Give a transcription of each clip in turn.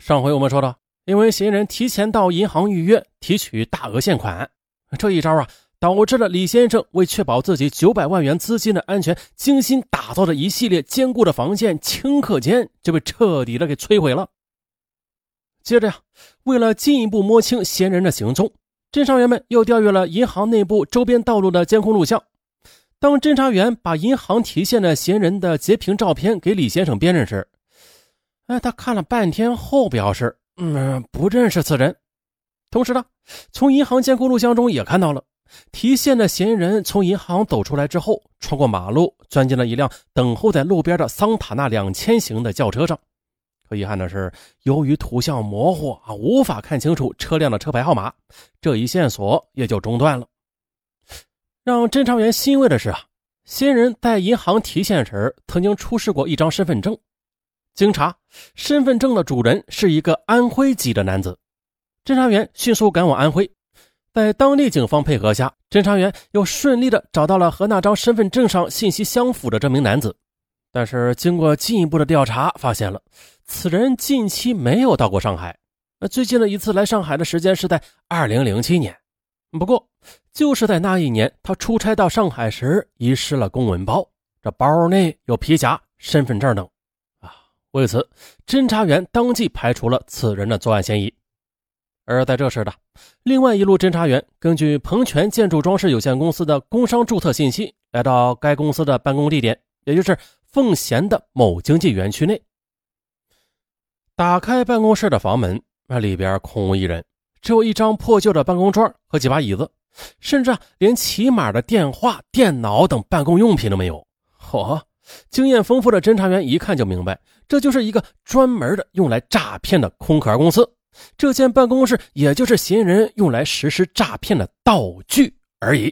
上回我们说到，因为嫌疑人提前到银行预约提取大额现款，这一招导致了李先生为确保自己900万元资金的安全，精心打造的一系列坚固的防线顷刻间就被彻底的给摧毁了。接着为了进一步摸清嫌疑人的行踪，侦查员们又调阅了银行内部周边道路的监控录像。当侦查员把银行提现的嫌疑人的截屏照片给李先生辨认时，他看了半天后表示不认识此人。同时从银行监控录像中也看到了提现的嫌疑人从银行走出来之后，穿过马路，钻进了一辆等候在路边的桑塔纳2000型的轿车上。可遗憾的是，由于图像模糊无法看清楚车辆的车牌号码，这一线索也就中断了。让侦查员欣慰的是嫌疑人在银行提现时曾经出示过一张身份证。经查，身份证的主人是一个安徽籍的男子。侦查员迅速赶往安徽，在当地警方配合下，侦查员又顺利的找到了和那张身份证上信息相符的这名男子。但是经过进一步的调查，发现了此人近期没有到过上海，最近的一次来上海的时间是在2007年。不过就是在那一年，他出差到上海时遗失了公文包，这包内有皮夹、身份证等为此侦查员当即排除了此人的作案嫌疑。而在这时另外一路侦查员根据鹏泉建筑装饰有限公司的工商注册信息，来到该公司的办公地点，也就是奉贤的某经济园区内。打开办公室的房门，里边空无一人，只有一张破旧的办公桌和几把椅子，甚至连起码的电话、电脑等办公用品都没有。经验丰富的侦查员一看就明白，这就是一个专门的用来诈骗的空壳公司。这间办公室也就是嫌疑人用来实施诈骗的道具而已。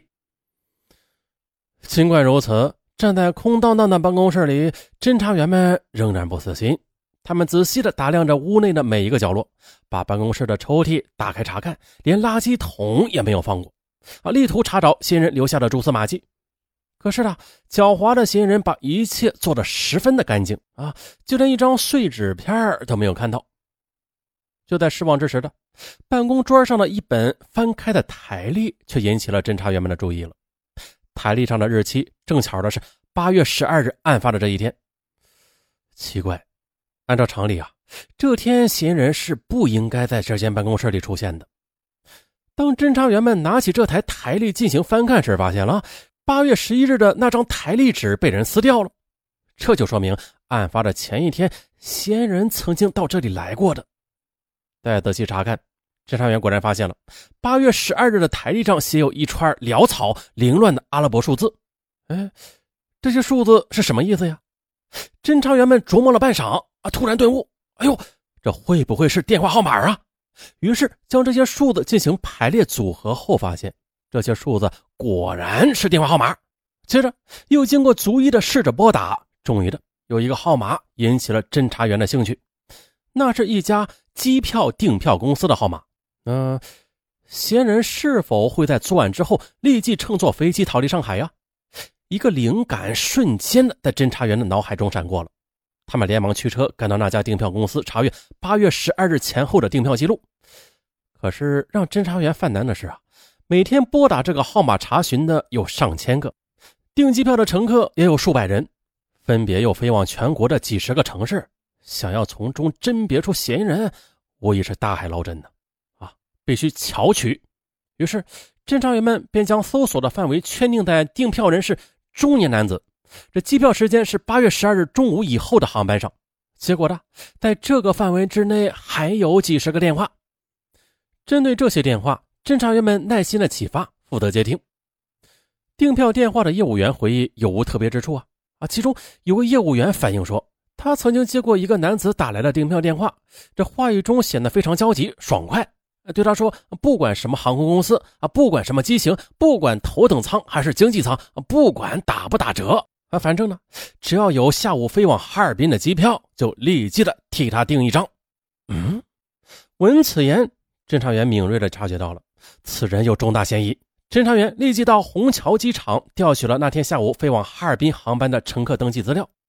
尽管如此，站在空荡荡的办公室里，侦查员们仍然不死心。他们仔细地打量着屋内的每一个角落，把办公室的抽屉打开查看，连垃圾桶也没有放过力图查找嫌疑人留下的蛛丝马迹。可是狡猾的嫌疑人把一切做得十分的干净就连一张碎纸片都没有看到。就在失望之时办公桌上的一本翻开的台历却引起了侦查员们的注意了。台历上的日期正巧的是8月12日案发的这一天。奇怪，按照常理这天嫌疑人是不应该在这间办公室里出现的。当侦查员们拿起这台台历进行翻看时，发现了8月11日的那张台历纸被人撕掉了，这就说明案发的前一天嫌疑人曾经到这里来过的。再仔细查看，侦查员果然发现了8月12日的台历上写有一串潦草凌乱的阿拉伯数字。这些数字是什么意思呀？侦查员们琢磨了半晌突然顿悟，这会不会是电话号码于是将这些数字进行排列组合后，发现这些数字果然是电话号码。接着又经过逐一的试着拨打，终于有一个号码引起了侦查员的兴趣，那是一家机票订票公司的号码。嫌疑人是否会在作案之后立即乘坐飞机逃离上海呀？一个灵感瞬间的在侦查员的脑海中闪过了。他们连忙驱车赶到那家订票公司，查阅8月12日前后的订票记录。可是让侦查员犯难的是每天拨打这个号码查询的有上千个，订机票的乘客也有数百人，分别又飞往全国的几十个城市，想要从中甄别出嫌疑人，无疑是大海捞针的必须巧取。于是侦查员们便将搜索的范围圈定在订票人是中年男子，这机票时间是8月12日中午以后的航班上。结果在这个范围之内还有几十个电话。针对这些电话，侦查员们耐心的启发，负责接听。订票电话的业务员回忆有无特别之处其中有个业务员反映说，他曾经接过一个男子打来的订票电话，这话语中显得非常焦急爽快，对他说不管什么航空公司不管什么机型，不管头等舱还是经济舱，不管打不打折反正只要有下午飞往哈尔滨的机票，就立即的替他订一张。闻此言，侦查员敏锐地察觉到了此人有重大嫌疑。侦查员立即到虹桥机场调取了那天下午飞往哈尔滨航班的乘客登记资料。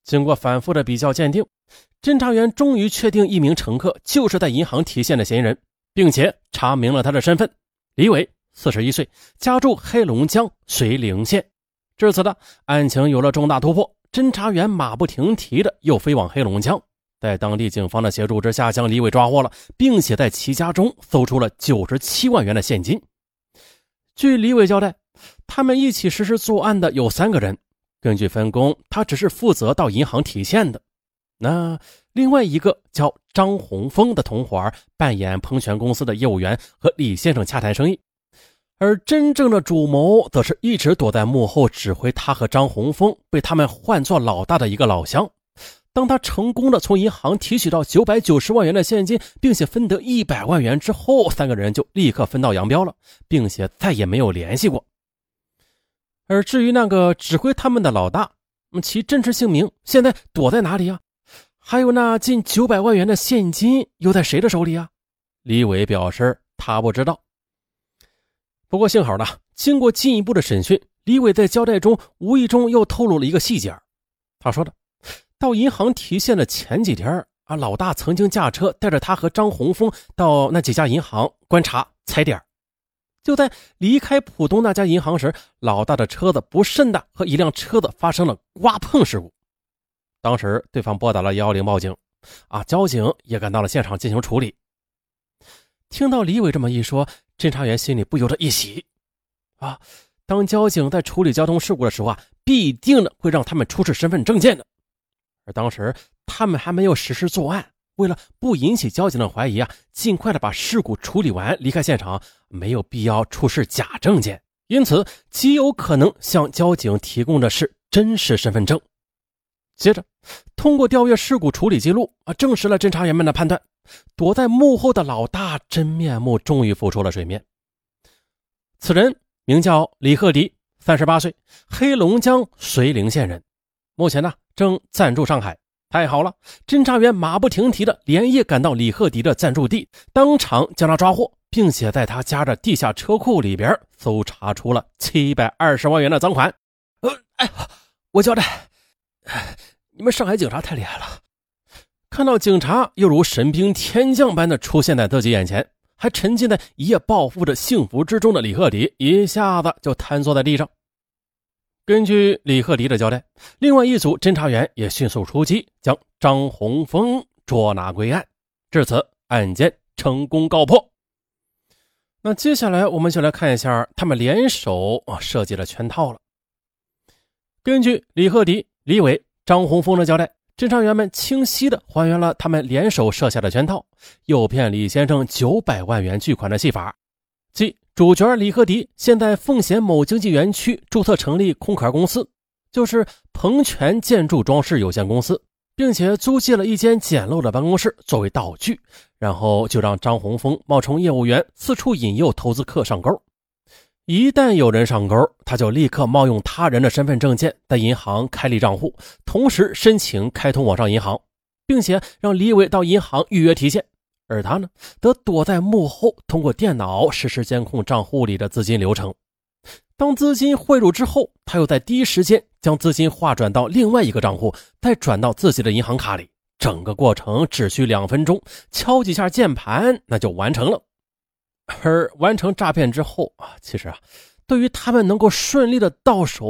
经过反复的比较鉴定，侦查员终于确定一名乘客就是在银行提现的嫌疑人，并且查明了他的身份：李伟，41岁，家住黑龙江绥宁县。至此的案情有了重大突破，侦查员马不停蹄的又飞往黑龙江，在当地警方的协助之下将李伟抓获了，并且在其家中搜出了97万元的现金。据李伟交代，他们一起实施作案的有3个人，根据分工，他只是负责到银行提现的。那另外一个叫张洪峰的同伙扮演喷泉公司的业务员，和李先生洽谈生意，而真正的主谋则是一直躲在幕后指挥他和张洪峰被他们唤作老大的一个老乡。当他成功的从银行提取到990万元的现金，并且分得100万元之后，3个人就立刻分道扬镳了，并且再也没有联系过。而至于那个指挥他们的老大，其真实姓名现在躲在哪里啊？还有那近900万元的现金又在谁的手里啊？李伟表示他不知道。不过幸好呢，经过进一步的审讯，李伟在交代中无意中又透露了一个细节。他说的，到银行提现的前几天老大曾经驾车带着他和张洪峰到那几家银行观察踩点。就在离开浦东那家银行时，老大的车子不慎的和一辆车子发生了刮碰事故。当时对方拨打了110报警，交警也赶到了现场进行处理。听到李伟这么一说，侦查员心里不由得一喜。当交警在处理交通事故的时候必定的会让他们出示身份证件的。而当时他们还没有实施作案，为了不引起交警的怀疑尽快的把事故处理完离开现场，没有必要出示假证件，因此极有可能向交警提供的是真实身份证。接着通过调阅事故处理记录证实了侦查员们的判断，躲在幕后的老大真面目终于浮出了水面。此人名叫李鹤迪，38岁，黑龙江绥宁县人，目前正暂住上海。太好了，侦查员马不停蹄的连夜赶到李鹤迪的暂住地，当场将他抓获，并且在他家的地下车库里边搜查出了720万元的赃款。我交代，你们上海警察太厉害了。看到警察又如神兵天将般的出现在自己眼前，还沉浸在一夜暴富的幸福之中的李鹤迪一下子就瘫坐在地上。根据李鹤迪的交代，另外一组侦查员也迅速出击，将张洪峰捉拿归案。至此，案件成功告破。那接下来我们就来看一下他们联手设计的圈套了。根据李鹤迪、李伟、张洪峰的交代，侦查员们清晰地还原了他们联手设下的圈套，诱骗李先生900万元巨款的戏法。即主角李鹤迪现在奉贤某经济园区注册成立空壳公司，就是鹏泉建筑装饰有限公司，并且租借了一间简陋的办公室作为道具，然后就让张洪峰冒充业务员四处引诱投资客上钩。一旦有人上钩，他就立刻冒用他人的身份证件在银行开立账户，同时申请开通网上银行，并且让李伟到银行预约提现。而他呢，则躲在幕后，通过电脑实时监控账户里的资金流程。当资金汇入之后，他又在第一时间将资金划转到另外一个账户，再转到自己的银行卡里。整个过程只需2分钟，敲几下键盘那就完成了。而完成诈骗之后其实对于他们能够顺利的到手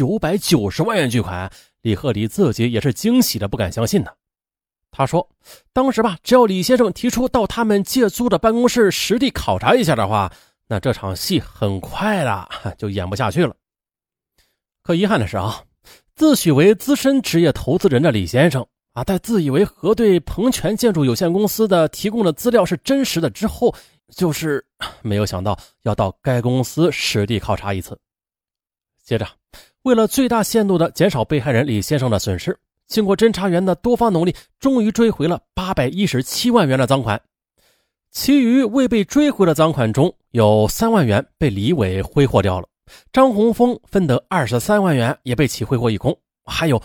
990万元巨款，李鹤迪自己也是惊喜的不敢相信呢。他说当时只要李先生提出到他们借租的办公室实地考察一下的话，那这场戏很快的就演不下去了。可遗憾的是自诩为资深职业投资人的李先生在自以为核对鹏泉建筑有限公司的提供的资料是真实的之后，就是没有想到要到该公司实地考察一次。接着为了最大限度的减少被害人李先生的损失，经过侦查员的多方努力，终于追回了817万元的赃款。其余未被追回的赃款中，有3万元被李伟挥霍掉了，张洪峰分得23万元也被其挥霍一空，还有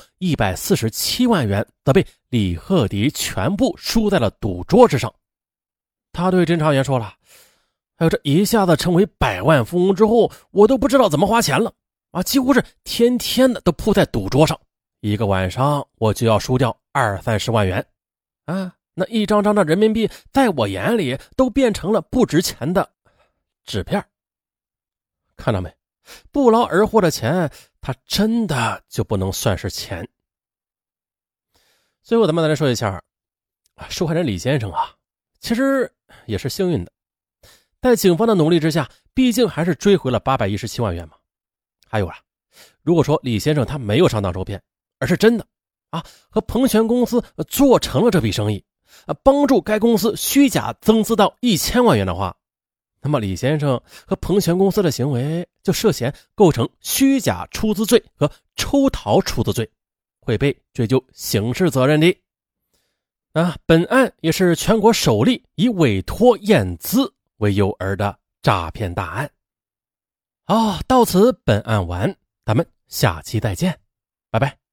147万元则被李鹤迪全部输在了赌桌之上。他对侦查员说了，这一下子成为百万富翁之后，我都不知道怎么花钱了几乎是天天的都扑在赌桌上， 一个晚上我就要输掉20-30万元啊！那一张张的人民币在我眼里都变成了不值钱的纸片。看到没？不劳而获的钱，它真的就不能算是钱。最后咱们再来说一下受害人李先生啊，其实也是幸运的，在警方的努力之下，毕竟还是追回了817万元嘛。还有如果说李先生他没有上当受骗，而是真的和鹏泉公司做成了这笔生意，帮助该公司虚假增资到1000万元的话，那么李先生和鹏泉公司的行为就涉嫌构成虚假出资罪和抽逃出资罪，会被追究刑事责任的。本案也是全国首例以委托验资为诱饵的诈骗大案。好，到此本案完，咱们下期再见，拜拜。